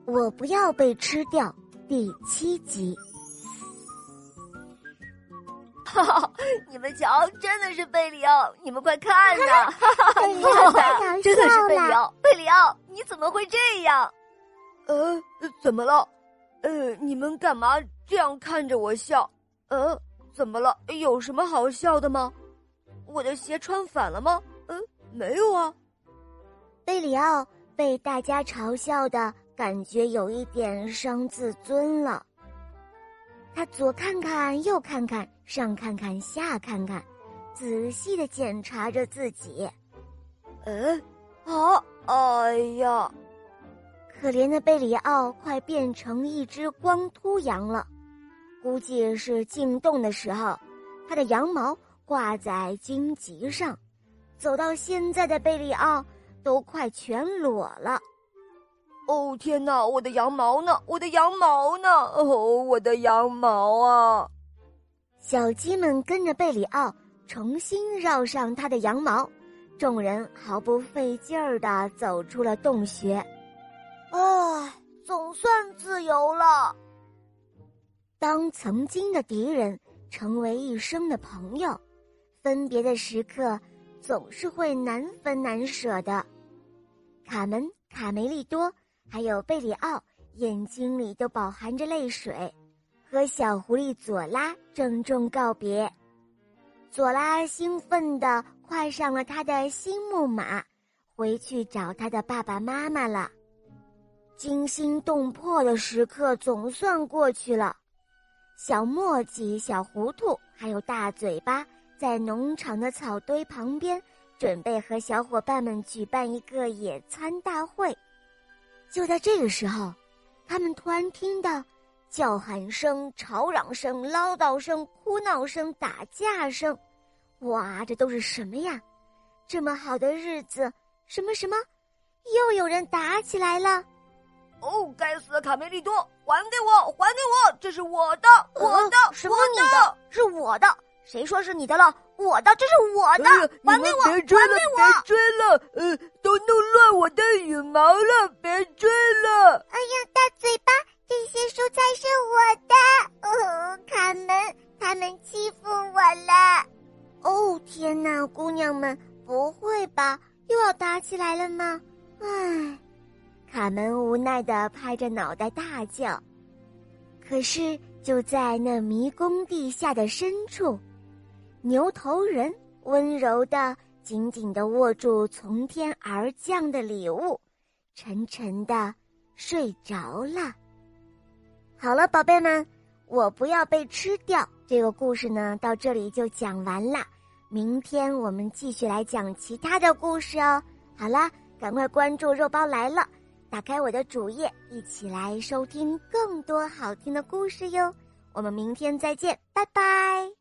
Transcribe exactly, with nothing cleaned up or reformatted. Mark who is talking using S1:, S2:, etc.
S1: 我不要被吃掉第七集。
S2: 哈哈，你们瞧，真的是贝里奥！你们快看呐！哈哈，看，真的是贝里奥！贝里奥，你怎么会这样？
S3: 呃，怎么了？呃，你们干嘛这样看着我笑？呃，怎么了？有什么好笑的吗？我的鞋穿反了吗？嗯、呃，没有啊。
S1: 贝里奥被大家嘲笑的感觉有一点伤自尊了。他左看看右看看，上看看下看看，仔细地检查着自己。
S3: 呃，啊，哎呀，
S1: 可怜的贝里奥快变成一只光秃羊了。估计是进洞的时候，他的羊毛挂在荆棘上，走到现在的贝里奥都快全裸了。
S3: 哦天哪，我的羊毛呢？我的羊毛呢？哦，我的羊毛啊！
S1: 小鸡们跟着贝里奥重新绕上他的羊毛，众人毫不费劲儿地走出了洞穴。
S2: 唉，总算自由了。
S1: 当曾经的敌人成为一生的朋友，分别的时刻总是会难分难舍的。卡门、卡梅利多还有贝里奥眼睛里都饱含着泪水，和小狐狸佐拉郑重告别。佐拉兴奋地跨上了他的新木马，回去找他的爸爸妈妈了。惊心动魄的时刻总算过去了。小墨迹、小糊涂还有大嘴巴在农场的草堆旁边准备和小伙伴们举办一个野餐大会。就在这个时候，他们突然听到叫喊声、吵嚷声、唠叨声、哭闹声、打架声。哇，这都是什么呀？这么好的日子，什么什么，又有人打起来了。
S3: 哦，该死的卡梅利多，还给我，还给我，这是我的，我的，
S1: 呃、什么你的？是我的。谁说是你的了？我的，这是我的，
S3: 呃、
S1: 还给我，还给我！
S3: 别追了，呃，都弄乱我的羽毛了，别追了！
S4: 哎呀，大嘴巴，这些蔬菜是我的！哦，卡门，他们欺负我了！
S1: 哦，天哪，姑娘们，不会吧？又要打起来了吗？唉，卡门无奈地拍着脑袋大叫。可是就在那迷宫地下的深处，牛头人温柔地紧紧地握住从天而降的礼物，沉沉地睡着了。好了，宝贝们，我不要被吃掉这个故事呢，到这里就讲完了。明天我们继续来讲其他的故事哦。好了，赶快关注肉包来了，打开我的主页，一起来收听更多好听的故事哟。我们明天再见，拜拜。